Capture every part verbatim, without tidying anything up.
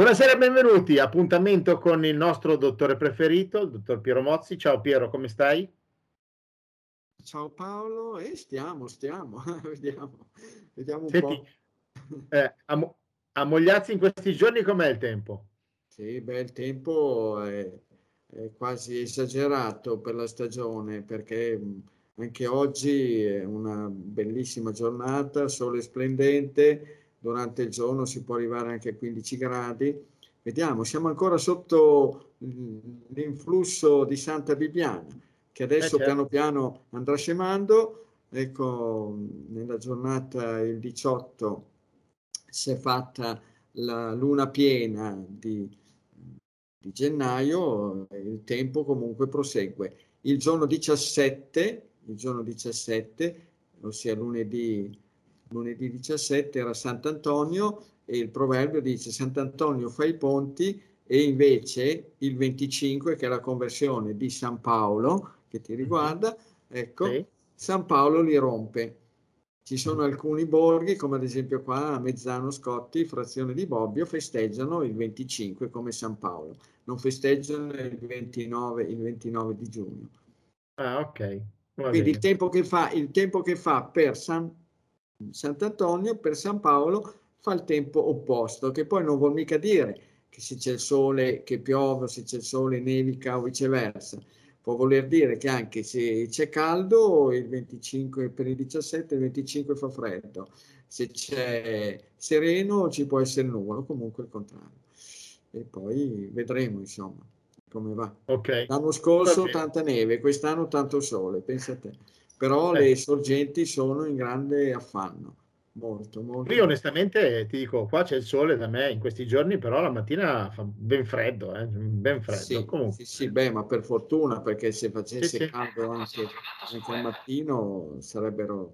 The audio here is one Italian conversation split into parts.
Buonasera e benvenuti. Appuntamento con il nostro dottore preferito, il dottor Piero Mozzi. Ciao Piero, come stai? Ciao Paolo, e stiamo, stiamo, vediamo, vediamo un Senti, po'. eh, a, Mo- a Mogliazzi in questi giorni com'è il tempo? Sì, beh, il tempo è, è quasi esagerato per la stagione, perché mh, anche oggi è una bellissima giornata, sole splendente, durante il giorno si può arrivare anche a quindici gradi. Vediamo, siamo ancora sotto mh, l'influsso di Santa Bibiana, che Eh adesso piano certo. piano andrà scemando. Ecco, nella giornata il diciotto si è fatta la luna piena di, di gennaio, e il tempo comunque prosegue. Il giorno diciassette, il giorno diciassette, ossia lunedì, lunedì diciassette, era Sant'Antonio, e il proverbio dice: Sant'Antonio fa i ponti, e invece il venticinque, che è la conversione di San Paolo, che ti Mhm. riguarda, ecco, Sì. San Paolo li rompe. Ci sono Mhm. alcuni borghi, come ad esempio qua a Mezzano Scotti, frazione di Bobbio, festeggiano il venticinque come San Paolo, non festeggiano il ventinove, il ventinove di giugno. Ah, ok, va Quindi il bene. tempo che fa, il tempo che fa per San, Sant'Antonio, per San Paolo, fa il tempo opposto, che poi non vuol mica dire che se c'è il sole che piove, se c'è il sole nevica o viceversa. Può voler dire che anche se c'è caldo, il venticinque per il diciassette, il venticinque fa freddo. Se c'è sereno, ci può essere nuvolo, comunque il contrario. E poi vedremo, insomma, come va. Ok, L'anno va scorso bene. tanta neve, quest'anno tanto sole, pensa a te. Però Eh, le sorgenti sono in grande affanno, molto, Qui molto, molto. onestamente ti dico, qua c'è il sole da me in questi giorni, però la mattina fa ben freddo, eh, ben freddo. Sì, Comunque, sì, sì, beh, ma per fortuna, perché se sì, facesse sì, caldo anche, anche al mattino sarebbero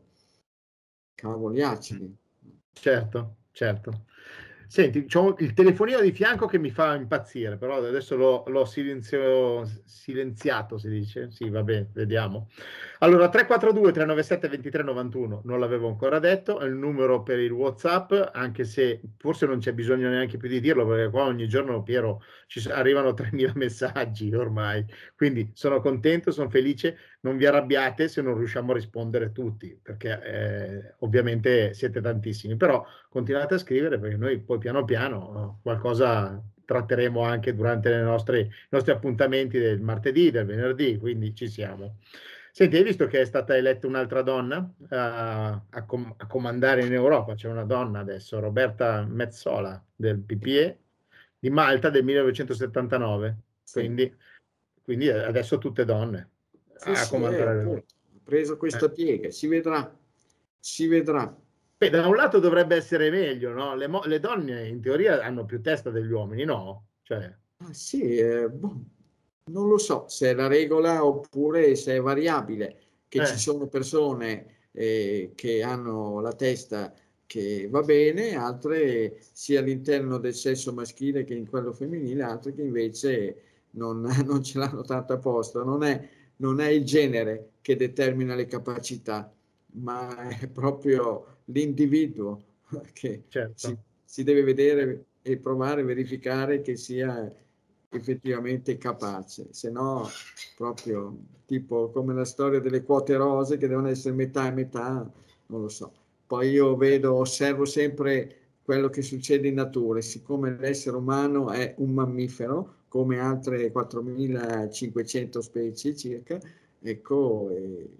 cavoli acidi. certo, certo. Senti, c'ho il telefonino di fianco che mi fa impazzire, però adesso l'ho l'ho silenzio- silenziato, si dice? Sì, va bene, vediamo. Allora, tre quattro due tre nove sette due tre nove uno, non l'avevo ancora detto, è il numero per il WhatsApp, anche se forse non c'è bisogno neanche più di dirlo, perché qua ogni giorno, Piero, ci s- arrivano tremila messaggi ormai, quindi sono contento, sono felice, non vi arrabbiate se non riusciamo a rispondere tutti, perché eh, ovviamente siete tantissimi, però continuate a scrivere perché noi poi piano piano no, qualcosa tratteremo anche durante le nostre, i nostri appuntamenti del martedì, del venerdì, quindi ci siamo. Senti, hai visto che è stata eletta un'altra donna a, a com- a comandare in Europa? C'è una donna adesso, Roberta Metsola del Sì, P P E di Malta del millenovecentosettantanove, sì, quindi, quindi adesso tutte donne sì, a sì, eh, comandare l'Europa. appunto, ha preso Eh. questa piega, si vedrà, si vedrà. Beh, da un lato dovrebbe essere meglio, no? Le, mo- le donne in teoria hanno più testa degli uomini, no? Cioè, Ah, sì, eh, boh, non lo so se è la regola oppure se è variabile, che ci eh, sono persone eh, che hanno la testa che va bene, altre sia all'interno del sesso maschile che in quello femminile, altre che invece non, non ce l'hanno tanto a posto. Non è, non è il genere che determina le capacità, ma è proprio l'individuo che si, certo. si deve Eh, vedere e provare, verificare che sia effettivamente capace, se no proprio tipo come la storia delle quote rose che devono essere metà e metà, non lo so. Poi io vedo, osservo sempre quello che succede in natura, e siccome l'essere umano è un mammifero, come altre quattromilacinquecento specie circa, ecco, eh,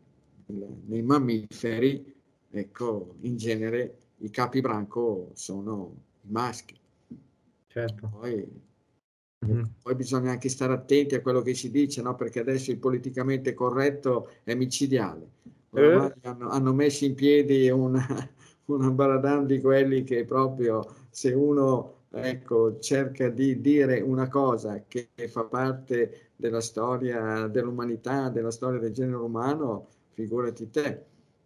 nei mammiferi, ecco, in genere i capibranco sono i maschi. certo. Poi, ecco, Mhm. poi bisogna anche stare attenti a quello che si dice, no? Perché adesso il politicamente corretto è micidiale. Oramai Eh, hanno, hanno messo in piedi una, una baradam di quelli che proprio se uno ecco, cerca di dire una cosa che fa parte della storia dell'umanità, della storia del genere umano, figurati te.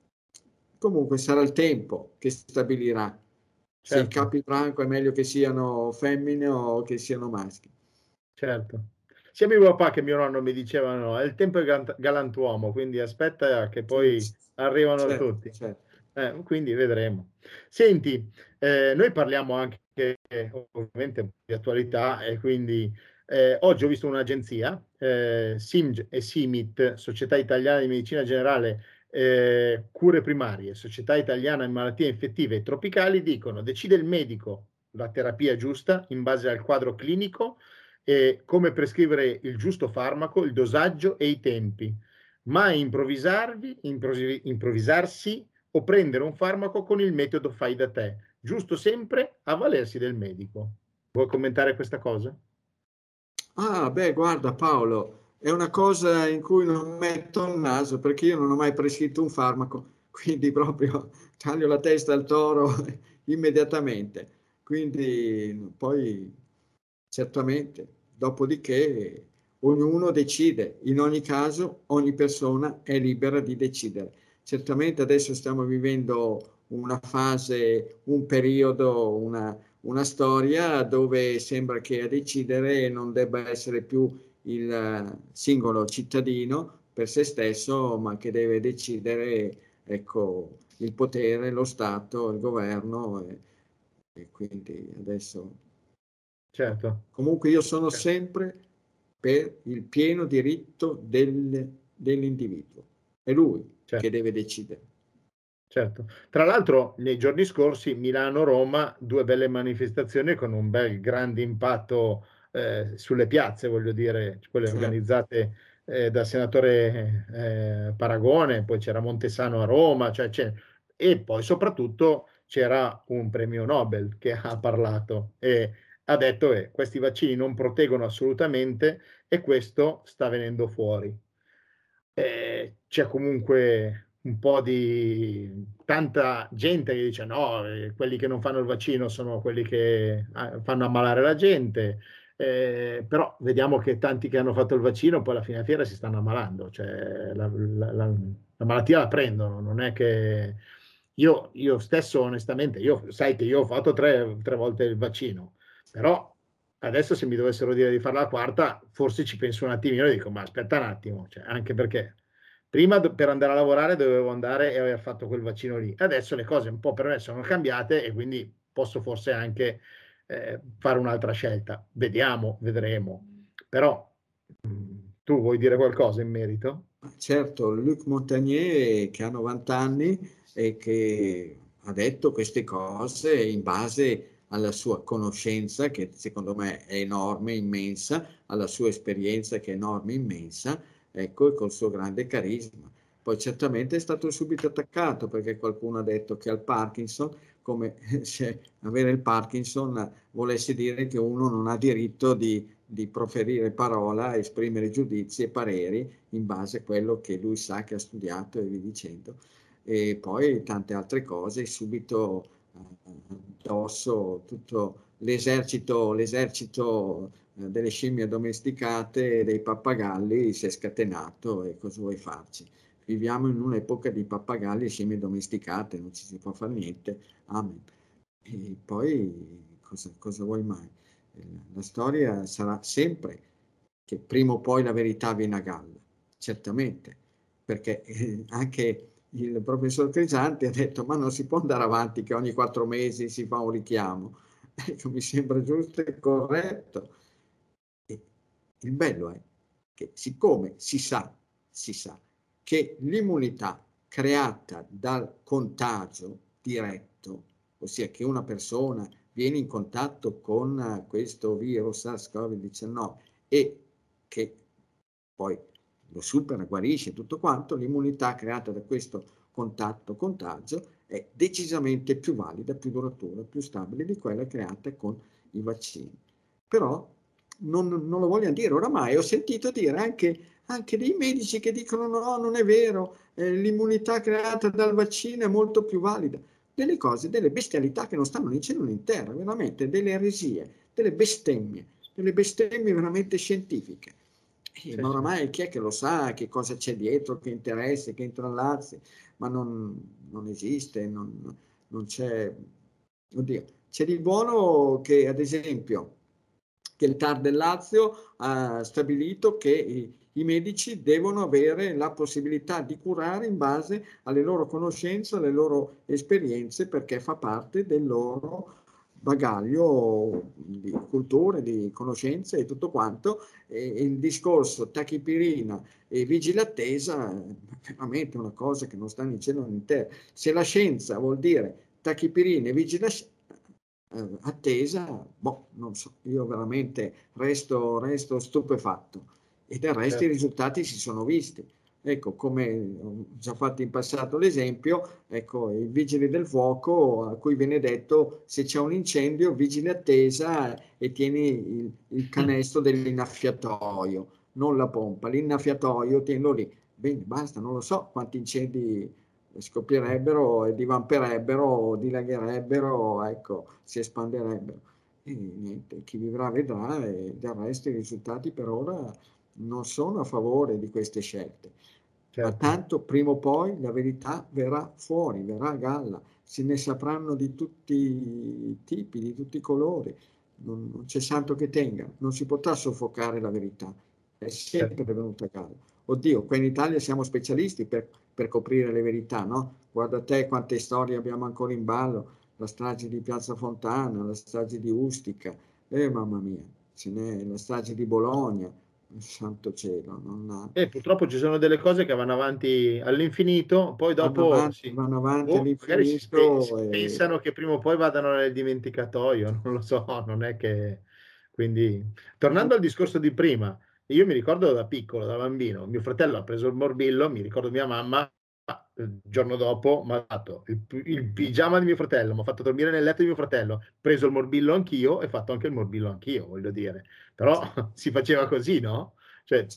Comunque sarà il tempo che stabilirà se i certo, capi branco è meglio che siano femmine o che siano maschi. certo. Sia mio papà che mio nonno mi dicevano, è il tempo è gant- galantuomo, quindi aspetta che Sì, poi arrivano certo, tutti. certo. Eh, quindi vedremo. Senti, eh, noi parliamo anche che ovviamente è di attualità e quindi eh, oggi ho visto un'agenzia, eh, SIMG e SIMIT, Società Italiana di Medicina Generale, eh, Cure Primarie, Società Italiana di Malattie Infettive e Tropicali, dicono decide il medico la terapia giusta in base al quadro clinico e come prescrivere il giusto farmaco, il dosaggio e i tempi, mai improvvisarvi, improvvi- improvvisarsi o prendere un farmaco con il metodo fai da te, giusto sempre avvalersi del medico. Vuoi commentare questa cosa? Ah, beh, guarda Paolo, è una cosa in cui non metto il naso perché io non ho mai prescritto un farmaco, quindi proprio taglio la testa al toro immediatamente. Quindi poi certamente, dopodiché ognuno decide, in ogni caso ogni persona è libera di decidere. Certamente adesso stiamo vivendo una fase, un periodo, una una storia dove sembra che a decidere non debba essere più il singolo cittadino per se stesso, ma che deve decidere, ecco, il potere, lo Stato, il governo. E, e quindi adesso... Certo. Comunque io sono Certo. sempre per il pieno diritto del, dell'individuo. È lui Certo. che deve decidere. Certo. Tra l'altro nei giorni scorsi Milano-Roma, due belle manifestazioni con un bel grande impatto eh, sulle piazze, voglio dire, quelle Certo. organizzate eh, dal senatore eh, Paragone, poi c'era Montesano a Roma, cioè, c'è, e poi soprattutto c'era un premio Nobel che ha parlato e ha detto che questi vaccini non proteggono assolutamente e questo sta venendo fuori. Eh, c'è comunque un po' di tanta gente che dice no, eh, quelli che non fanno il vaccino sono quelli che ah, fanno ammalare la gente, eh, però vediamo che tanti che hanno fatto il vaccino poi alla fine della fiera si stanno ammalando, cioè la, la- la- la malattia la prendono, non è che io, io stesso onestamente, io sai che io ho fatto tre, tre volte il vaccino, però adesso se mi dovessero dire di fare la quarta, forse ci penso un attimino e dico, ma aspetta un attimo, cioè, anche perché prima do- per andare a lavorare dovevo andare e aver fatto quel vaccino lì. Adesso le cose un po' per me sono cambiate e quindi posso forse anche eh, fare un'altra scelta. Vediamo, vedremo. Però mh, tu vuoi dire qualcosa in merito? Certo, Luc Montagnier che ha novanta anni e che ha detto queste cose in base alla sua conoscenza, che secondo me è enorme, immensa, alla sua esperienza che è enorme, immensa, ecco, e col suo grande carisma. Poi certamente è stato subito attaccato perché qualcuno ha detto che ha il Parkinson, come se avere il Parkinson volesse dire che uno non ha diritto di, di proferire parola, esprimere giudizi e pareri in base a quello che lui sa che ha studiato e via dicendo. E poi tante altre cose, subito eh, addosso tutto l'esercito, l'esercito eh, delle scimmie domesticate e dei pappagalli si è scatenato e cosa vuoi farci? Viviamo in un'epoca di pappagalli e scimmie domesticate, non ci si può fare niente. Amen. E poi cosa, cosa vuoi mai? La storia sarà sempre che prima o poi la verità viene a galla, certamente, perché eh, anche il professor Crisanti ha detto ma non si può andare avanti che ogni quattro mesi si fa un richiamo. Ecco, mi sembra giusto e corretto. E il bello è che siccome si sa, si sa che l'immunità creata dal contagio diretto, ossia che una persona viene in contatto con questo virus SARS-CoV diciannove e che poi lo supera, guarisce tutto quanto, l'immunità creata da questo contatto contagio è decisamente più valida, più duratura, più stabile di quella creata con i vaccini. Però non, non lo vogliono dire, oramai ho sentito dire anche, anche dei medici che dicono no, non è vero, eh, l'immunità creata dal vaccino è molto più valida. Delle cose, delle bestialità che non stanno né in cielo né in terra, veramente delle eresie, delle bestemmie, delle bestemmie veramente scientifiche. Eh, Sì, ma sì. oramai chi è che lo sa, che cosa c'è dietro, che interessi, che intrallazzi, ma non, non esiste, non, non c'è... Oddio, c'è di buono che, ad esempio, che il T A R del Lazio ha stabilito che i, i medici devono avere la possibilità di curare in base alle loro conoscenze, alle loro esperienze, perché fa parte del loro bagaglio di culture, di conoscenze e tutto quanto, e il discorso tachipirina e vigile attesa è veramente una cosa che non sta né in cielo né in terra. Se la scienza vuol dire tachipirina e vigile attesa, boh, non so, io veramente resto, resto stupefatto, e del resto i risultati si sono visti. Ecco, come ho già fatto in passato l'esempio, ecco, i vigili del fuoco a cui viene detto: se c'è un incendio, vigili attesa e tieni il, il canestro dell'innaffiatoio, non la pompa, l'innaffiatoio tienilo lì. Bene, basta, non lo so quanti incendi scoppierebbero e divamperebbero, dilagherebbero, ecco, si espanderebbero. E niente, chi vivrà vedrà, e del resto i risultati per ora non sono a favore di queste scelte. Certo. Ma tanto prima o poi la verità verrà fuori, verrà a galla, se ne sapranno di tutti i tipi, di tutti i colori, non, non c'è santo che tenga, non si potrà soffocare la verità, è sempre Certo. venuta a galla. Oddio, qua in Italia siamo specialisti per, per coprire le verità, no? Guarda te quante storie abbiamo ancora in ballo, la strage di Piazza Fontana, la strage di Ustica, eh mamma mia, ce n'è la strage di Bologna, santo cielo, non ha... E purtroppo ci sono delle cose che vanno avanti all'infinito, poi vanno dopo avanti, sì, vanno avanti o magari si, spe- si all'infinito e... pensano che prima o poi vadano nel dimenticatoio, non lo so, non è che... Quindi, tornando al discorso di prima, io mi ricordo da piccolo, da bambino, mio fratello ha preso il morbillo, mi ricordo mia mamma, il giorno dopo mi ha dato il, il pigiama di mio fratello, mi ha fatto dormire nel letto di mio fratello, preso il morbillo anch'io e fatto anche il morbillo anch'io, voglio dire. Però si faceva così, no? Cioè,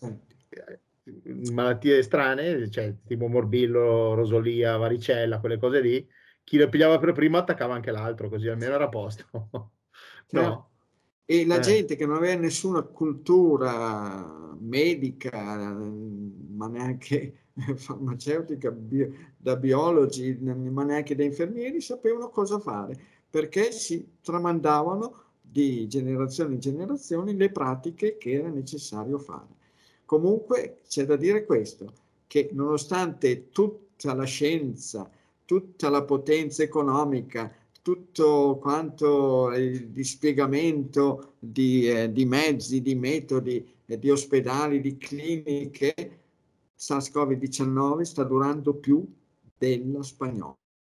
malattie strane, cioè tipo morbillo, rosolia, varicella, quelle cose lì, chi lo pigliava per primo attaccava anche l'altro, così almeno era a posto. No? E la Eh. gente che non aveva nessuna cultura medica, ma neanche farmaceutica, bio, da biologi, ma neanche da infermieri, sapevano cosa fare, perché si tramandavano di generazione in generazione le pratiche che era necessario fare. Comunque c'è da dire questo, che nonostante tutta la scienza, tutta la potenza economica, tutto quanto il dispiegamento di, eh, di mezzi, di metodi, eh, di ospedali, di cliniche, SARS-CoV diciannove sta durando più dello spagnolo.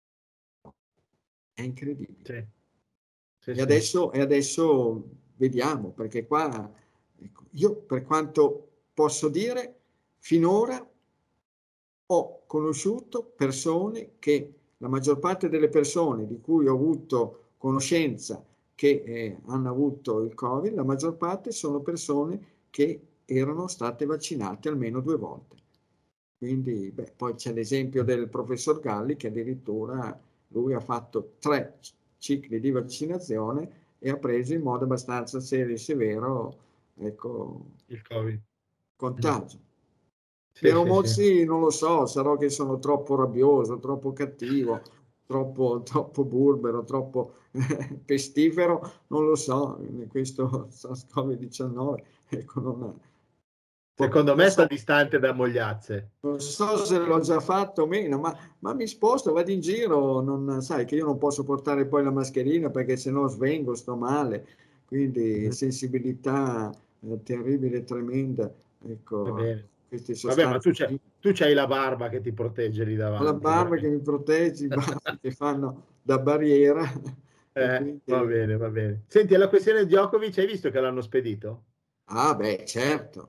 È incredibile. Sì. Sì, e, sì. adesso, e adesso vediamo, perché qua, ecco, io per quanto posso dire, finora ho conosciuto persone che, la maggior parte delle persone di cui ho avuto conoscenza che eh, hanno avuto il Covid, la maggior parte sono persone che erano state vaccinate almeno due volte. Quindi, beh, poi c'è l'esempio del professor Galli, che addirittura lui ha fatto tre cicli di vaccinazione e ha preso in modo abbastanza serio e severo, ecco, il Covid. contagio. Sì, Però sì, sì. molti non lo so, sarò che sono troppo rabbioso, troppo cattivo, troppo, troppo burbero, troppo eh, pestifero, non lo so, questo SARS-CoV diciannove, ecco, non, Secondo non me sta so, distante da Mogliazze. non so se l'ho già fatto o meno, ma, ma mi sposto, vado in giro, non, sai che io non posso portare poi la mascherina perché sennò svengo, sto male, quindi sensibilità eh, terribile, tremenda, Va ecco, bene. queste Vabbè, ma tu sostanze c'hai qui. tu c'hai la barba che ti protegge lì Ho la davanti, barba dai. che mi protegge, i baffi che fanno da barriera e Eh, va quindi... bene, va bene. Senti, alla questione di Djokovic, hai visto che l'hanno spedito? Ah beh, certo,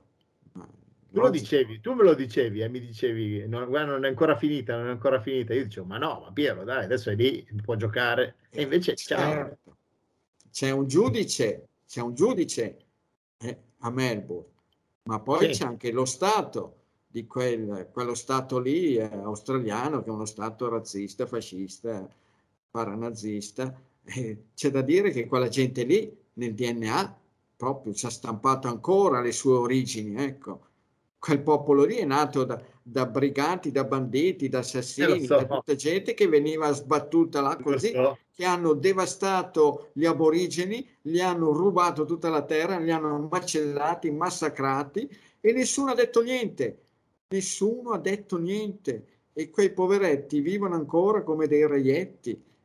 Tu lo logico. dicevi, tu me lo dicevi e mi dicevi, no, guarda, non è ancora finita, non è ancora finita. Io dicevo, ma no, ma Piero, dai, adesso è lì, può giocare. E invece, ciao. Certo. C'è un giudice, c'è un giudice eh, a Melbourne, ma poi c'è Sì, anche lo Stato di quel, quello Stato lì eh, australiano, che è uno Stato razzista, fascista, paranazista. Eh, c'è da dire che quella gente lì nel D N A proprio ci ha stampato ancora le sue origini, ecco. Quel popolo lì è nato da, da briganti, da banditi, da eh, lo assassini, da so, tutta gente che veniva sbattuta là lo così, so. che hanno devastato gli aborigeni, gli hanno rubato tutta la terra, li hanno macellati, massacrati e nessuno ha detto niente. Nessuno ha detto niente. E quei poveretti vivono ancora come dei reietti.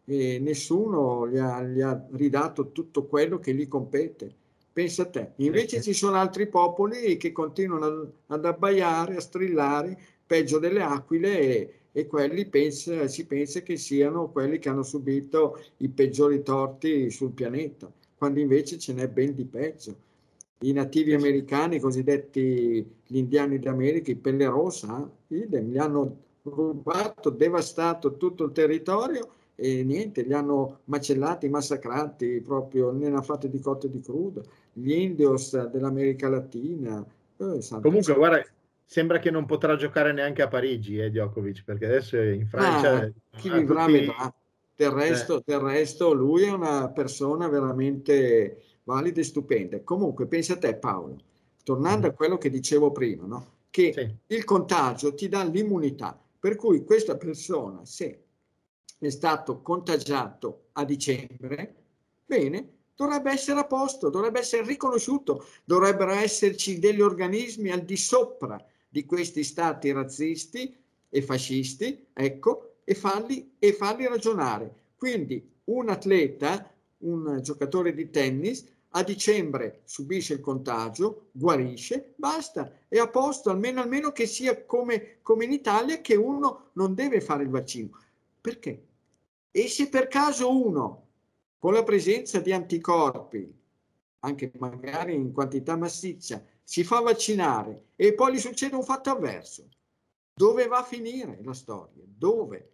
e nessuno gli ha, gli ha ridato tutto quello che gli compete. Pensa a te. Invece ci sono altri popoli che continuano ad abbaiare, a strillare, peggio delle aquile, e, e quelli pensa, si pensa che siano quelli che hanno subito i peggiori torti sul pianeta, quando invece ce n'è ben di peggio. I nativi americani, cosiddetti gli indiani d'America, i pelle rossa, idem, gli hanno rubato, devastato tutto il territorio e niente, li hanno macellati, massacrati, proprio ne hanno fatti di cotto e di crudo. Gli indios dell'America Latina. Eh, Comunque, guarda, sembra che non potrà giocare neanche a Parigi, eh, Djokovic, perché adesso in Francia ah, chi ha vivrà tutti... vedrà. Del resto, Eh. del resto, lui è una persona veramente valida e stupenda. Comunque, pensa a te, Paolo, tornando a quello che dicevo prima, no? Che Sì. il contagio ti dà l'immunità, per cui questa persona, se è stato contagiato a dicembre, bene, dovrebbe essere a posto, dovrebbe essere riconosciuto, dovrebbero esserci degli organismi al di sopra di questi stati razzisti e fascisti, ecco, e farli, e farli ragionare. Quindi un atleta, un giocatore di tennis, a dicembre subisce il contagio, guarisce, basta, è a posto, almeno, almeno che sia come, come in Italia, che uno non deve fare il vaccino. Perché? E se per caso uno, con la presenza di anticorpi, anche magari in quantità massiccia, si fa vaccinare e poi gli succede un fatto avverso, dove va a finire la storia? Dove?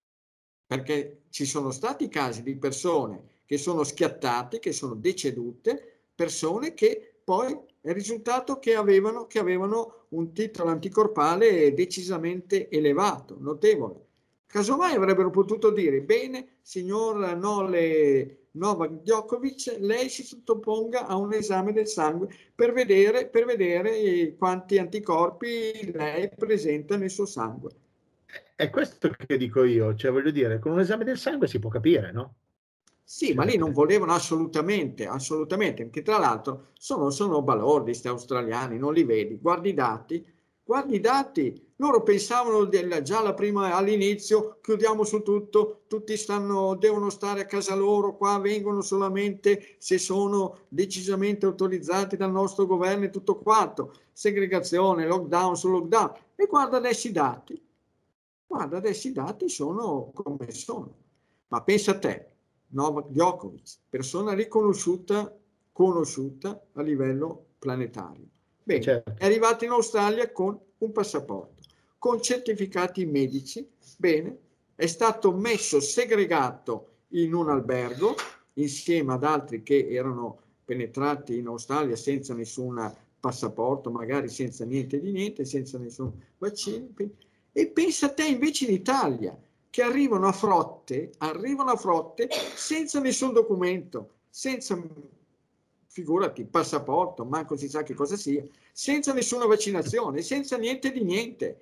Perché ci sono stati casi di persone che sono schiattate, che sono decedute, persone che poi è risultato che avevano, che avevano un titolo anticorpale decisamente elevato, notevole. Casomai avrebbero potuto dire: bene, signor Nole Novak Djokovic, lei si sottoponga a un esame del sangue per vedere, per vedere quanti anticorpi lei presenta nel suo sangue. È questo che dico io, cioè voglio dire, con un esame del sangue si può capire, no? Sì, ma Cioè... lì non volevano assolutamente, assolutamente, perché tra l'altro sono, sono balordi, questi australiani, non li vedi, guardi i dati, guardi i dati, loro pensavano del, già la prima, all'inizio, chiudiamo su tutto, tutti stanno, devono stare a casa loro, qua vengono solamente se sono decisamente autorizzati dal nostro governo e tutto quanto, segregazione, lockdown su lockdown, e guarda adesso i dati, guarda adesso i dati sono come sono, ma pensa a te, Novak Djokovic, persona riconosciuta, conosciuta a livello planetario. Bene, certo. è arrivato in Australia con un passaporto, con certificati medici, bene, è stato messo segregato in un albergo insieme ad altri che erano penetrati in Australia senza nessun passaporto, magari senza niente di niente, senza nessun vaccino. E pensa a te invece in Italia, che arrivano a frotte, arrivano a frotte senza nessun documento, senza, figurati, passaporto, manco si sa che cosa sia, senza nessuna vaccinazione, senza niente di niente.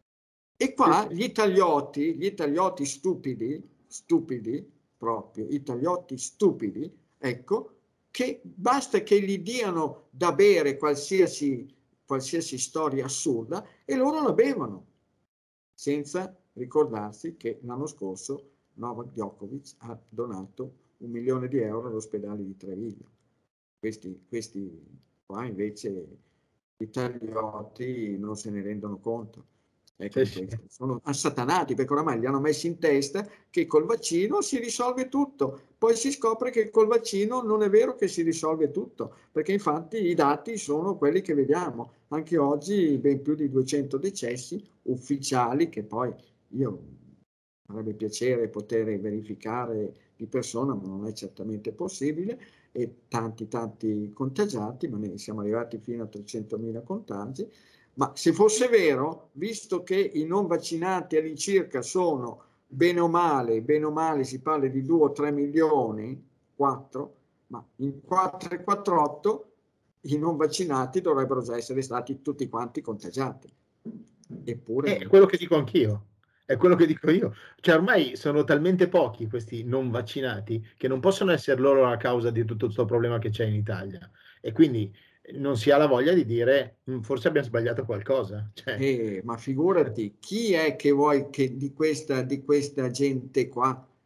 E qua gli italiotti, gli italiotti stupidi, stupidi, proprio, italiotti stupidi, ecco, che basta che gli diano da bere qualsiasi, qualsiasi storia assurda e loro la bevono, senza ricordarsi che l'anno scorso Novak Djokovic ha donato un milione di euro all'ospedale di Treviglio. Questi, questi qua invece gli italiotti non se ne rendono conto. Ecco, Sì, sì. sono assatanati perché oramai gli hanno messo in testa che col vaccino si risolve tutto, poi si scopre che col vaccino non è vero che si risolve tutto, perché infatti i dati sono quelli che vediamo. Anche oggi ben più di duecento decessi ufficiali, che poi io avrebbe piacere poter verificare di persona, ma non è certamente possibile, e tanti tanti contagiati, ma ne siamo arrivati fino a trecentomila contagi. Ma se fosse vero, visto che i non vaccinati all'incirca sono bene o male, bene o male si parla di due o tre milioni, quattro, ma in quattro e quarantotto i non vaccinati dovrebbero già essere stati tutti quanti contagiati. Eppure... È quello che dico anch'io, è quello che dico io. Cioè ormai sono talmente pochi questi non vaccinati che non possono essere loro la causa di tutto questo problema che c'è in Italia. E quindi non si ha la voglia di dire forse abbiamo sbagliato qualcosa. Cioè... Eh, ma figurati, chi è che vuoi che di questa, di questa gente qua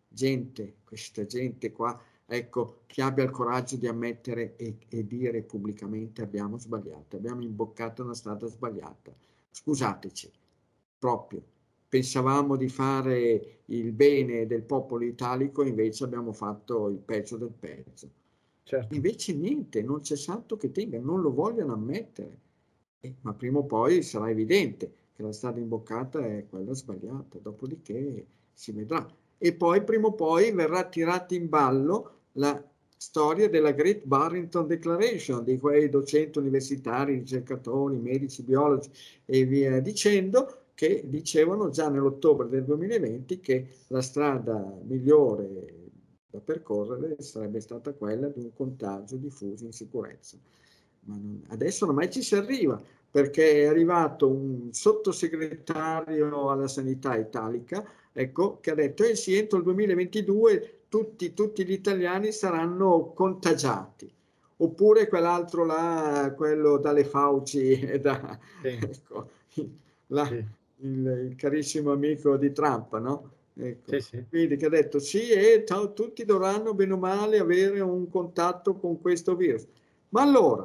gente, questa gente qua, ecco, che abbia il coraggio di ammettere e, e dire pubblicamente abbiamo sbagliato, abbiamo imboccato una strada sbagliata. Scusateci, proprio. Pensavamo di fare il bene del popolo italico, invece abbiamo fatto il peggio del peggio. Certo. Invece niente, non c'è santo che tenga, non lo vogliono ammettere. Eh, ma prima o poi sarà evidente che la strada imboccata è quella sbagliata, dopodiché si vedrà. E poi prima o poi verrà tirata in ballo la storia della Great Barrington Declaration, di quei docenti universitari, ricercatori, medici, biologi e via dicendo, che dicevano già nell'ottobre del duemilaventi che la strada migliore da percorrere sarebbe stata quella di un contagio diffuso in sicurezza. Ma non, adesso ormai ci si arriva, perché è arrivato un sottosegretario alla sanità italica, ecco, che ha detto eh sì, entro il duemilaventidue tutti, tutti gli italiani saranno contagiati. Oppure quell'altro là, quello dalle Fauci, da, Sì. ecco, la, Sì. il, il carissimo amico di Trump, no? Ecco. Sì, sì. Quindi che ha detto sì, e tutti dovranno bene o male avere un contatto con questo virus. Ma allora,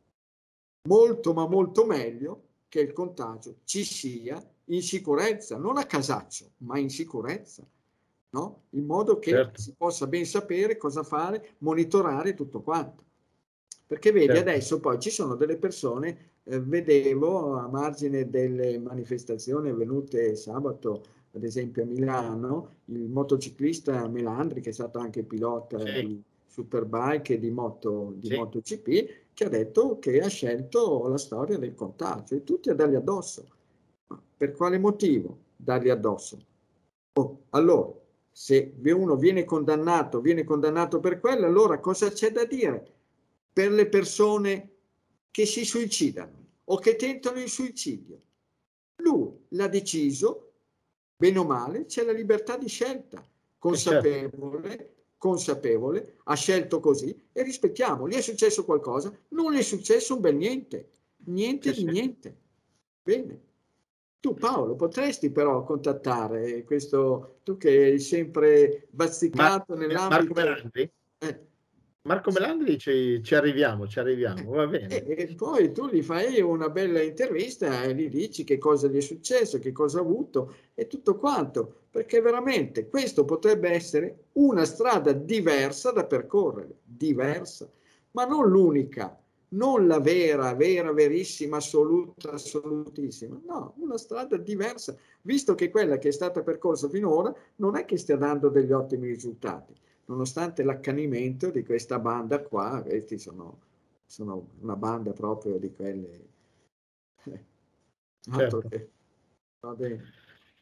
molto ma molto meglio che il contagio ci sia in sicurezza, non a casaccio, ma in sicurezza, no? In modo che Certo. si possa ben sapere cosa fare, monitorare tutto quanto. Perché vedi, Certo. adesso poi ci sono delle persone, eh, vedevo a margine delle manifestazioni avvenute sabato, ad esempio a Milano, il motociclista Melandri, che è stato anche pilota Sì. di Superbike e di, moto, di Sì. MotoGP, che ha detto che ha scelto la storia del contagio e tutti a dargli addosso. Ma per quale motivo dargli addosso? Oh, allora, se uno viene condannato, viene condannato per quello, allora cosa c'è da dire per le persone che si suicidano o che tentano il suicidio? Lui l'ha deciso, bene o male, c'è la libertà di scelta, Eh, certo. consapevole, consapevole, ha scelto così e rispettiamo. Gli è successo qualcosa? Non gli è successo un bel niente, niente Sì, di sì. niente. Bene. Tu Paolo potresti però contattare questo, tu che hai sempre Mar- bazzicato Marco nell'ambito. Melandri? Eh, Marco sì. Melandri ci, ci arriviamo, ci Eh, arriviamo, va E, bene. e poi tu gli fai una bella intervista e gli dici che cosa gli è successo, che cosa ha avuto e tutto quanto, perché veramente questo potrebbe essere una strada diversa da percorrere, diversa, ma non l'unica, non la vera, vera, verissima, assoluta, assolutissima, no, una strada diversa, visto che quella che è stata percorsa finora non è che stia dando degli ottimi risultati, nonostante l'accanimento di questa banda qua, questi sono sono una banda proprio di quelle eh, altro Certo. che va bene.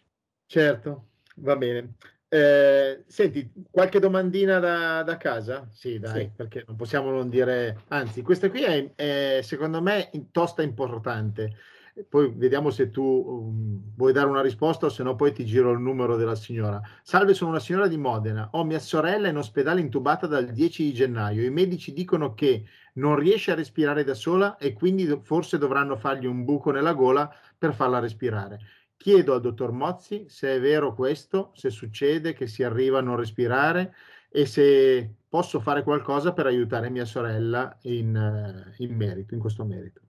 Certo, va bene. Eh, senti, qualche domandina da, da casa? Sì, dai, Sì. perché non possiamo non dire, anzi, questa qui è, è, secondo me in- tosta importante. Poi vediamo se tu um, vuoi dare una risposta o se no poi ti giro il numero della signora. Salve, sono una signora di Modena. Ho mia sorella in ospedale intubata dal dieci di gennaio. I medici dicono che non riesce a respirare da sola e quindi do- forse dovranno fargli un buco nella gola per farla respirare. Chiedo al dottor Mozzi se è vero questo, se succede che si arriva a non respirare e se posso fare qualcosa per aiutare mia sorella in, eh, in merito, in questo merito.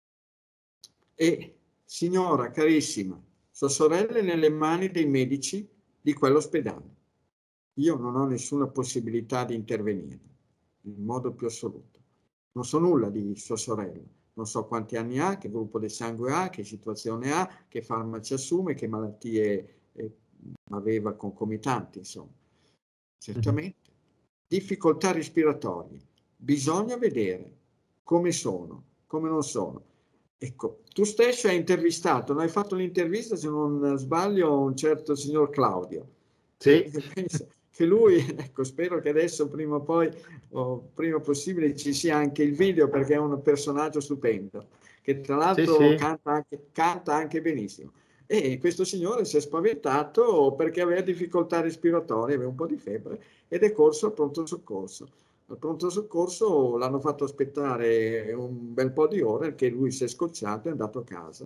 E signora carissima, sua sorella è nelle mani dei medici di quell'ospedale. Io non ho nessuna possibilità di intervenire in modo più assoluto. Non so nulla di sua sorella, non so quanti anni ha, che gruppo del sangue ha, che situazione ha, che farmaci assume, che malattie eh, aveva concomitanti, insomma. Mhm. Certamente. Difficoltà respiratorie. Bisogna vedere come sono, come non sono. Ecco, tu stesso hai intervistato, non hai fatto l'intervista, se non sbaglio, un certo signor Claudio. E, Sì, e pensa che lui, ecco, spero che adesso prima o poi, o prima possibile, ci sia anche il video perché è un personaggio stupendo, che tra sì, l'altro sì, canta anche, canta anche benissimo. E questo signore si è spaventato perché aveva difficoltà respiratorie, aveva un po' di febbre ed è corso al pronto soccorso. Al pronto soccorso l'hanno fatto aspettare un bel po' di ore perché lui si è scocciato e è andato a casa.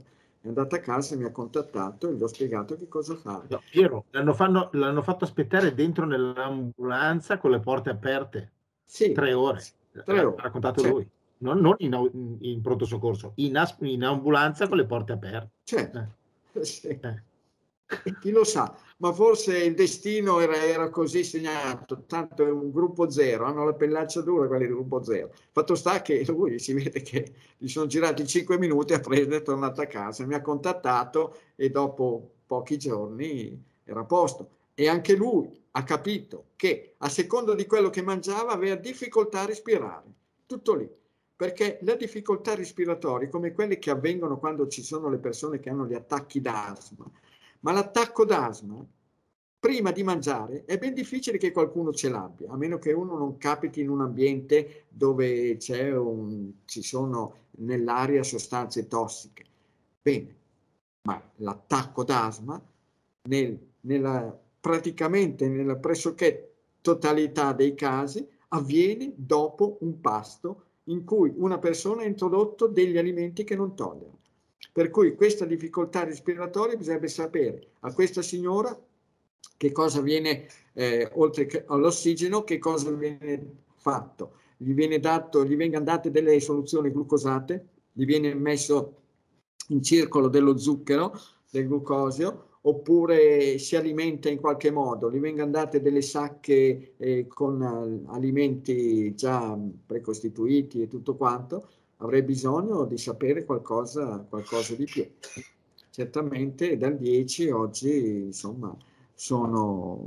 è andato a casa, mi ha contattato e gli ho spiegato che cosa fare. No, Piero, l'hanno, fanno, l'hanno fatto aspettare dentro nell'ambulanza con le porte aperte. Sì, Tre ore, tre l'ha ore, raccontato certo. lui. Non, non in, in, in pronto soccorso, in, as- in ambulanza con le porte aperte. Certo. Eh. Sì. Eh. E chi lo sa, ma forse il destino era, era così segnato, tanto è un gruppo zero, hanno la pellaccia dura quelli del gruppo zero. Fatto sta che lui si vede che gli sono girati cinque minuti, ha preso e è tornato a casa, mi ha contattato e dopo pochi giorni era a posto. E anche lui ha capito che a seconda di quello che mangiava aveva difficoltà a respirare, tutto lì. Perché le difficoltà respiratorie, come quelle che avvengono quando ci sono le persone che hanno gli attacchi d'asma, ma l'attacco d'asma, prima di mangiare, è ben difficile che qualcuno ce l'abbia, a meno che uno non capiti in un ambiente dove c'è un, ci sono nell'aria sostanze tossiche. Bene, ma l'attacco d'asma, nel, nella, praticamente nella pressoché totalità dei casi, avviene dopo un pasto in cui una persona ha introdotto degli alimenti che non tollera. Per cui questa difficoltà respiratoria bisognerebbe sapere a questa signora che cosa viene, eh, oltre all'ossigeno, che cosa viene fatto. Gli viene dato, gli vengono date delle soluzioni glucosate, gli viene messo in circolo dello zucchero, del glucosio, oppure si alimenta in qualche modo, gli vengono date delle sacche eh, con uh, alimenti già precostituiti e tutto quanto. Avrei bisogno di sapere qualcosa, qualcosa di più. Certamente dal dieci oggi, insomma, sono,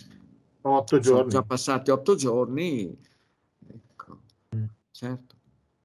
Otto sono giorni. già passati otto giorni. Ecco, mm. certo.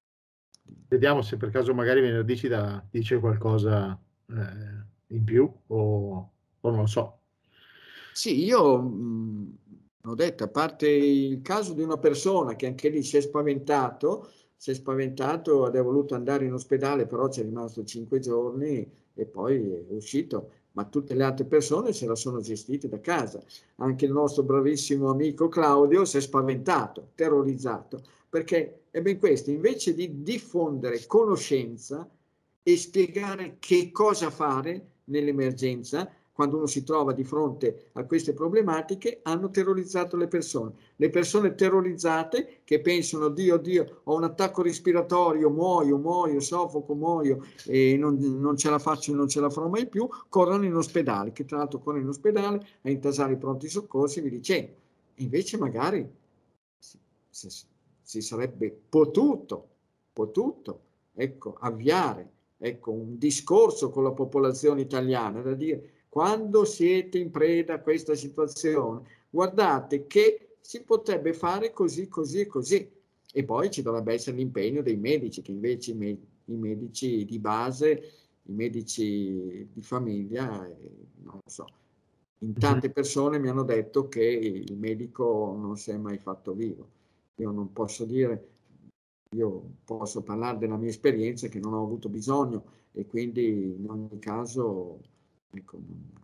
Vediamo se per caso magari venerdì ci da, dice qualcosa eh, in più o, o non lo so. Sì, io mh, ho detto, a parte il caso di una persona che anche lì si è spaventato, si è spaventato ed è voluto andare in ospedale, però ci è rimasto cinque giorni e poi è uscito, ma tutte le altre persone se la sono gestite da casa. Anche il nostro bravissimo amico Claudio si è spaventato, terrorizzato, perché è ben questo, invece di diffondere conoscenza e spiegare che cosa fare nell'emergenza, quando uno si trova di fronte a queste problematiche, hanno terrorizzato le persone. Le persone terrorizzate che pensano, Dio, Dio, ho un attacco respiratorio, muoio, muoio, soffoco, muoio e non, non ce la faccio, non ce la farò mai più, corrono in ospedale, che tra l'altro corrono in ospedale a intasare i pronti soccorsi, vi dicendo. Invece magari si, si, si sarebbe potuto, potuto, ecco, avviare, ecco, un discorso con la popolazione italiana, da dire, quando siete in preda a questa situazione, guardate che si potrebbe fare così, così e così. E poi ci dovrebbe essere l'impegno dei medici, che invece i, me i medici di base, i medici di famiglia, eh, non lo so, in tante persone mi hanno detto che il medico non si è mai fatto vivo. Io non posso dire, io posso parlare della mia esperienza che non ho avuto bisogno e quindi in ogni caso ecco,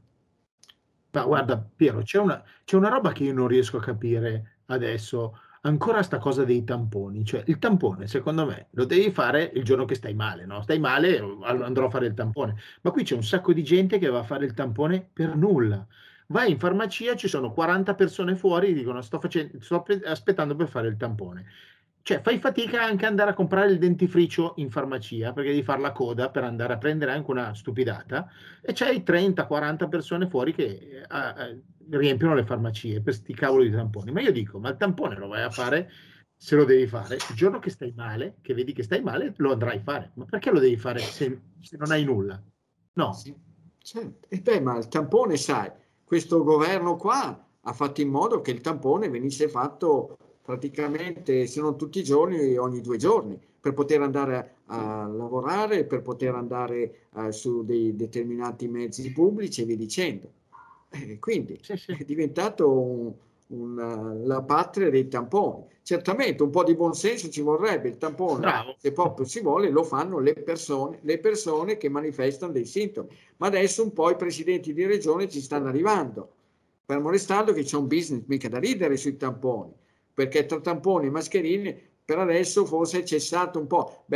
Ma guarda, Piero, c'è una, c'è una roba che io non riesco a capire adesso. Ancora sta cosa dei tamponi. Cioè, il tampone, secondo me, lo devi fare il giorno che stai male, no? Stai male, allora andrò a fare il tampone. Ma qui c'è un sacco di gente che va a fare il tampone per nulla. Vai in farmacia, ci sono quaranta persone fuori, e dicono sto, facendo, sto aspettando per fare il tampone. Cioè, fai fatica anche ad andare a comprare il dentifricio in farmacia perché devi fare la coda per andare a prendere anche una stupidata e c'hai trenta quaranta persone fuori che eh, eh, riempiono le farmacie per sti cavoli di tamponi. Ma io dico, ma il tampone lo vai a fare se lo devi fare il giorno che stai male, che vedi che stai male, lo andrai a fare. Ma perché lo devi fare se, se non hai nulla? No. sì, certo. E beh, ma il tampone, sai, questo governo qua ha fatto in modo che il tampone venisse fatto praticamente, se non tutti i giorni, ogni due giorni, per poter andare a, a lavorare, per poter andare uh, su dei determinati mezzi pubblici e via dicendo. Eh, quindi Sì, sì. è diventato un, un, la patria dei tamponi. Certamente un po' di buonsenso ci vorrebbe, il tampone, Bravo. se proprio si vuole, lo fanno le persone, le persone che manifestano dei sintomi. Ma adesso un po' i presidenti di regione ci stanno arrivando, fermo restando che c'è un business mica da ridere sui tamponi, perché tra tamponi e mascherine per adesso forse è cessato un po'. Beh,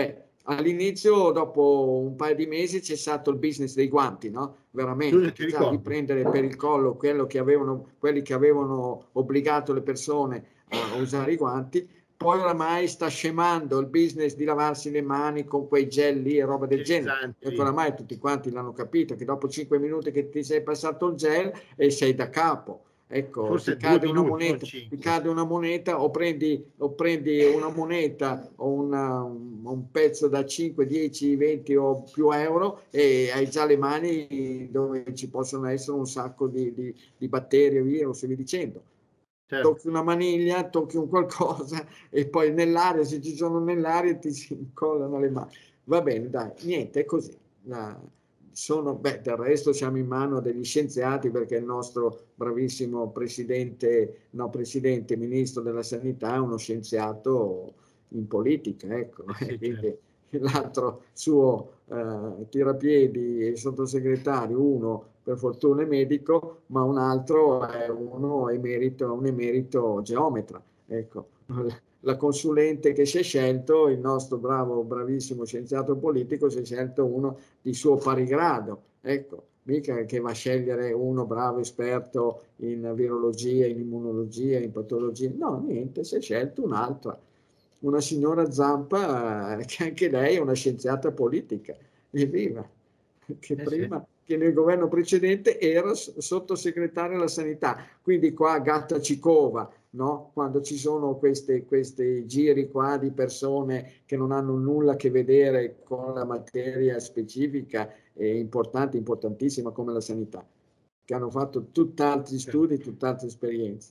all'inizio, dopo un paio di mesi, c'è stato il business dei guanti, no? Veramente, ti già di ricordi? prendere per il collo quello che avevano, quelli che avevano obbligato le persone a usare i guanti. Poi oramai sta scemando il business di lavarsi le mani con quei gel lì e roba del genere, perché Igienizzanti. oramai tutti quanti l'hanno capito, che dopo cinque minuti che ti sei passato il gel e sei da capo. Ecco, ti Forse due cade una minuti, non moneta, ti cinque. cade una moneta o prendi, o prendi una moneta o una, un pezzo da cinque, dieci, venti o più euro e hai già le mani dove ci possono essere un sacco di, di, di batteri, virus e via dicendo. Certo. Tocchi una maniglia, tocchi un qualcosa e poi nell'aria, se ci sono nell'aria, ti si incollano le mani. Va bene, dai, niente, è così. La, sono, beh, del resto siamo in mano degli scienziati perché il nostro bravissimo presidente, no, presidente, ministro della sanità è uno scienziato in politica, ecco. Eh sì, certo. Quindi l'altro suo eh, tirapiedi, il sottosegretario, uno per fortuna è medico, ma un altro è uno emerito, un emerito geometra. Ecco, la consulente che si è scelto, il nostro bravo, bravissimo scienziato politico, si è scelto uno di suo pari grado. Ecco, mica che va a scegliere uno bravo esperto in virologia, in immunologia, in patologia. No, niente, si è scelto un'altra, una signora Zampa, eh, che anche lei è una scienziata politica. Evviva! Che Eh sì. prima, che nel governo precedente era sottosegretario alla sanità. Quindi qua Gatta Cicova, no? Quando ci sono queste, questi giri qua di persone che non hanno nulla a che vedere con la materia specifica e importante, importantissima come la sanità, che hanno fatto tutt'altri Certo. studi, tutt'altre esperienze.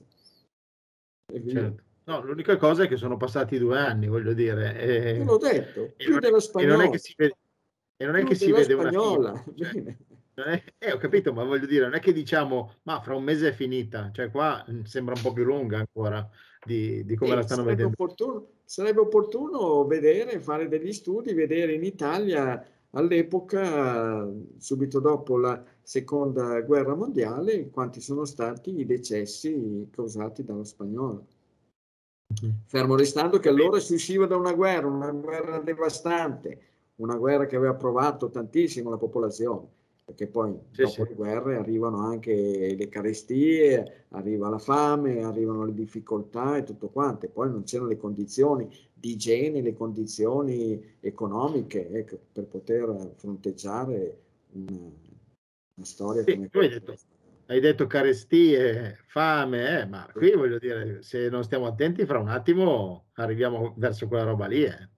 E via. Certo. No, l'unica cosa è che sono passati due anni, voglio dire, Te e, l'ho detto, e più non è, della e non è che spagnola, si vede, e non è più che si della vede una fine. spagnola. Cioè, Bene. non è- eh, ho capito, ma voglio dire, non è che diciamo, ma fra un mese è finita, cioè qua mh, sembra un po' più lunga ancora di, di come la Sì, stanno sarebbe vedendo. opportuno, sarebbe opportuno vedere, fare degli studi, vedere in Italia all'epoca, subito dopo la seconda guerra mondiale, quanti sono stati i decessi causati dalla spagnola. Mhm. Fermo restando che Va bene. allora si usciva da una guerra, una guerra devastante, una guerra che aveva provato tantissimo la popolazione, perché poi Sì, dopo sì. le guerre arrivano anche le carestie, arriva la fame, arrivano le difficoltà e tutto quanto, e poi non c'erano le condizioni di igiene, le condizioni economiche, ecco, per poter fronteggiare una, una storia Sì, come tu hai quella. detto, hai detto carestie, fame, eh, ma qui voglio dire, se non stiamo attenti, fra un attimo arriviamo verso quella roba lì. Eh.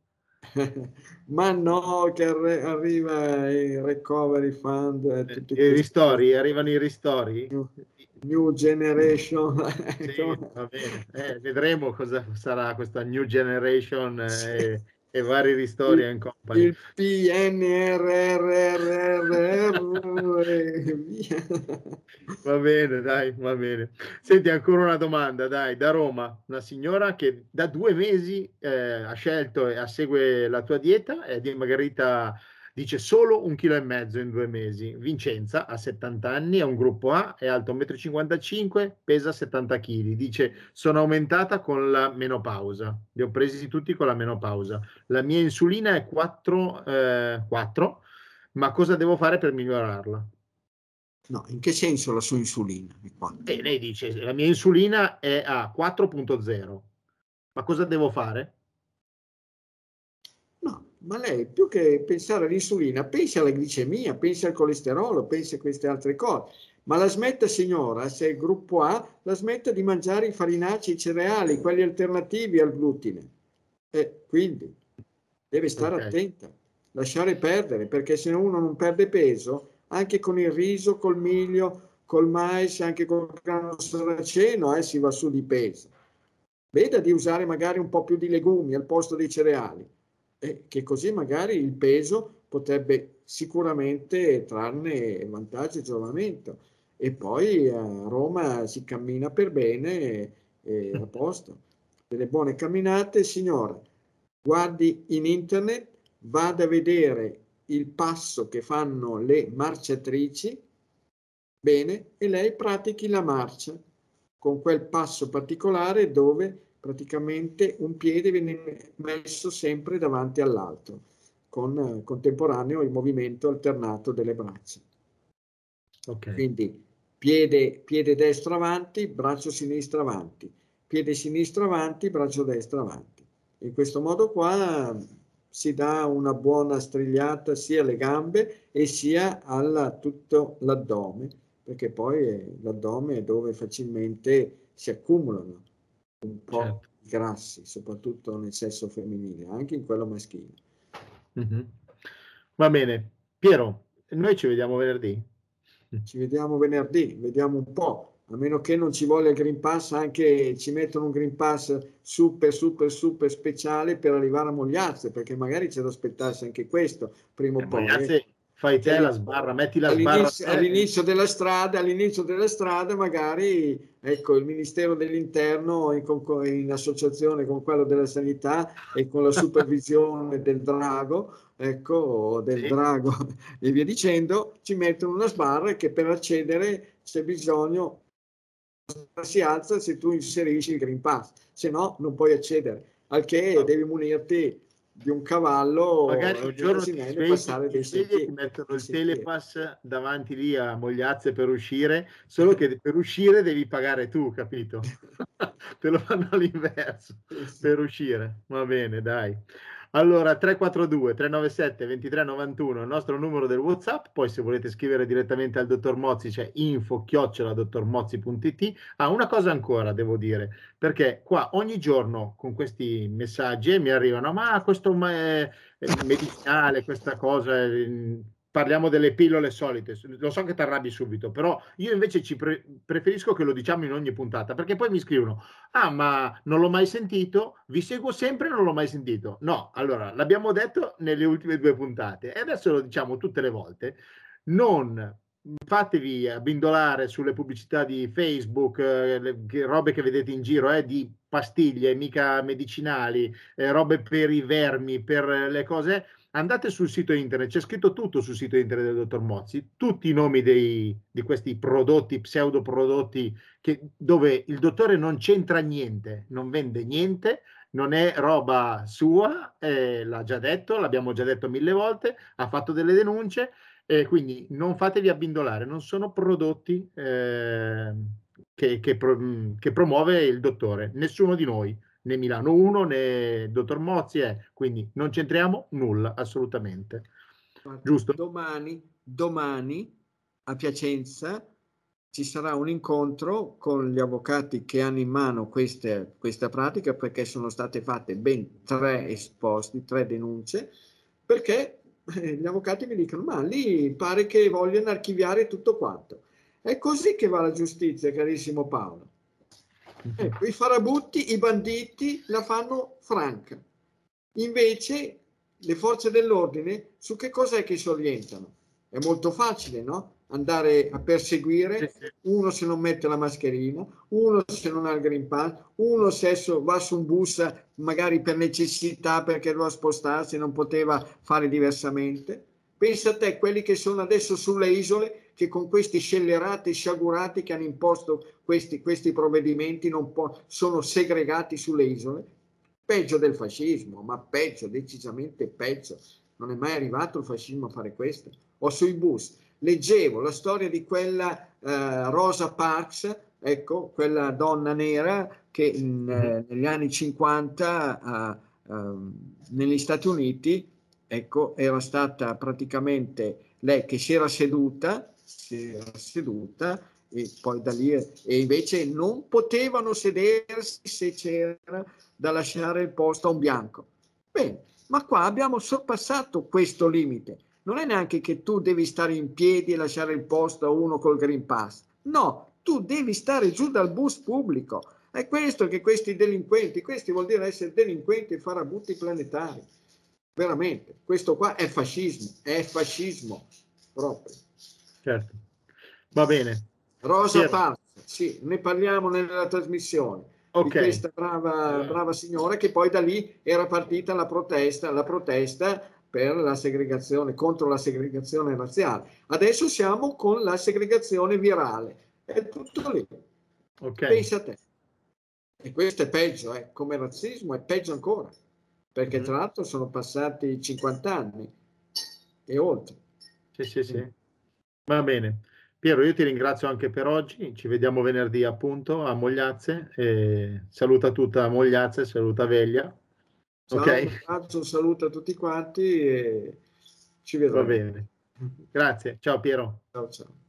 Ma no, che arri- arriva il recovery fund e Eh, tutte I queste cose. ristori, arrivano i ristori? New, new generation. Sì, va bene. Eh, vedremo cosa sarà questa New Generation eh, e, e vari ristori Il, and company. il P N R R R e via. Va bene, dai, va bene. Senti, ancora una domanda, dai, da Roma, una signora che da due mesi eh, ha scelto e segue la tua dieta, è dimagrita, dice solo un chilo e mezzo in due mesi. Vincenza ha settanta anni, è un gruppo A, è alto uno e cinquantacinque m, pesa settanta chili. Dice, sono aumentata con la menopausa. Li ho presi tutti con la menopausa. La mia insulina è quattro, eh, quattro, ma cosa devo fare per migliorarla? No, in che senso la sua insulina? È quattro? E lei dice, la mia insulina è a quattro punto zero, ma cosa devo fare? No, ma lei più che pensare all'insulina, pensa alla glicemia, pensa al colesterolo, pensa a queste altre cose. Ma la smetta, signora, se è il gruppo A, la smetta di mangiare i farinacei, i cereali, quelli alternativi al glutine. E quindi deve stare Ok, attenta, lasciare perdere, perché se uno non perde peso, anche con il riso, col miglio, col mais, anche col grano saraceno, eh, si va su di peso. Veda di usare magari un po' più di legumi al posto dei cereali, e che così magari il peso potrebbe sicuramente trarne vantaggio e giovamento. E poi a Roma si cammina per bene e, e a posto. Delle buone camminate, signora. Guardi in internet, vada a vedere il passo che fanno le marciatrici, bene, e lei pratichi la marcia con quel passo particolare dove praticamente un piede viene messo sempre davanti all'altro. con contemporaneo il movimento alternato delle braccia. Okay. Quindi piede, piede destro avanti, braccio sinistro avanti, piede sinistro avanti, braccio destro avanti. In questo modo qua si dà una buona strigliata sia alle gambe e sia a tutto l'addome, perché poi l'addome è dove facilmente si accumulano un po' Certo. di grassi, soprattutto nel sesso femminile, anche in quello maschile. Mh-mh. Va bene. Piero, noi ci vediamo venerdì? Ci vediamo venerdì, vediamo un po'. A meno che non ci voglia il Green Pass, anche ci mettono un Green Pass super, super, super speciale per arrivare a Mogliazze, perché magari c'è da aspettarsi anche questo, prima o Eh, poi. Mogliazze, fai te la sbarra, metti la sbarra All'inizio, te. all'inizio della strada, all'inizio della strada, magari ecco, il Ministero dell'Interno in, con- in associazione con quello della Sanità e con la supervisione del drago, ecco, del Sì. drago e via dicendo, ci mettono una sbarra che per accedere c'è bisogno, si alza se tu inserisci il Green Pass, se no non puoi accedere, al che No. devi munirti di un cavallo, Magari un di un giorno ti asinello e svegli, passare ti dei svegli e ti sentieri. mettono dei il sentieri. telepass davanti lì a Mogliazze per uscire, solo che per uscire devi pagare tu, capito? Te lo fanno all'inverso Sì, sì. per uscire. Va bene, dai. Allora, tre quattro due tre nove sette due tre nove uno, il nostro numero del WhatsApp. Poi se volete scrivere direttamente al dottor Mozzi c'è info chiocciola dottormozzi punto it. Ah, una cosa ancora devo dire, perché qua ogni giorno con questi messaggi mi arrivano, ma questo è medicinale, questa cosa, eh, parliamo delle pillole solite. Lo so che ti arrabbi subito, però io invece ci pre- preferisco che lo diciamo in ogni puntata, perché poi mi scrivono: ah, ma non l'ho mai sentito, vi seguo sempre e non l'ho mai sentito. No, allora l'abbiamo detto nelle ultime due puntate e adesso lo diciamo tutte le volte. Non fatevi abbindolare sulle pubblicità di Facebook, eh, le che robe che vedete in giro, eh, di pastiglie, mica medicinali, eh, robe per i vermi, per le cose. Andate sul sito internet, c'è scritto tutto sul sito internet del dottor Mozzi, tutti i nomi dei, di questi prodotti, pseudoprodotti, che, dove il dottore non c'entra niente, non vende niente, non è roba sua, eh, l'ha già detto, l'abbiamo già detto mille volte, ha fatto delle denunce, e quindi non fatevi abbindolare, non sono prodotti eh, che, che, pro, che promuove il dottore, nessuno di noi, né Milano uno né dottor Mozzi, è, quindi non c'entriamo nulla, assolutamente. Giusto? Domani, domani a Piacenza ci sarà un incontro con gli avvocati che hanno in mano queste, questa pratica, perché sono state fatte ben tre esposti, tre denunce, perché eh, gli avvocati mi dicono, ma lì pare che vogliono archiviare tutto quanto. È così che va la giustizia, carissimo Paolo. Ecco, i farabutti, i banditi la fanno franca. Invece le forze dell'ordine su che cos'è che si orientano? È molto facile, no? Andare a perseguire Sì, sì. uno se non mette la mascherina, uno se non ha il Green Pass, uno se va su un bus magari per necessità perché doveva spostarsi e non poteva fare diversamente. Pensa a te, quelli che sono adesso sulle isole, che con questi scellerati, sciagurati che hanno imposto questi, questi provvedimenti non po- sono segregati sulle isole. Peggio del fascismo, ma peggio, decisamente peggio. Non è mai arrivato il fascismo a fare questo. O sui bus. Leggevo la storia di quella eh, Rosa Parks, ecco, quella donna nera che in, eh, negli anni cinquanta eh, eh, negli Stati Uniti, ecco, era stata praticamente lei che si era seduta, si era seduta e poi da lì e invece non potevano sedersi se c'era da lasciare il posto a un bianco. Bene, ma qua abbiamo sorpassato questo limite. Non è neanche che tu devi stare in piedi e lasciare il posto a uno col Green Pass. No, tu devi stare giù dal bus pubblico. È questo che questi delinquenti, questi vuol dire essere delinquenti e farabutti planetari. Veramente, questo qua è fascismo, è fascismo proprio. Certo. Va bene. Rosa Piero. Parks, sì, ne parliamo nella trasmissione di Ok. questa brava, Allora, brava signora che poi da lì era partita la protesta, la protesta per la segregazione, contro la segregazione razziale. Adesso siamo con la segregazione virale. È tutto lì. ok. Pensa a te. E questo è peggio, eh. Come razzismo è peggio ancora. perché Mhm. tra l'altro sono passati cinquanta anni e oltre. Sì, sì, sì. Va bene. Piero, io ti ringrazio anche per oggi. Ci vediamo venerdì appunto a Mogliazze. E saluta tutta Mogliazze, saluta Veglia. Ciao, un Ok? abbraccio, un saluto a tutti quanti e ci Va vedremo. bene. Grazie. Ciao Piero. Ciao ciao.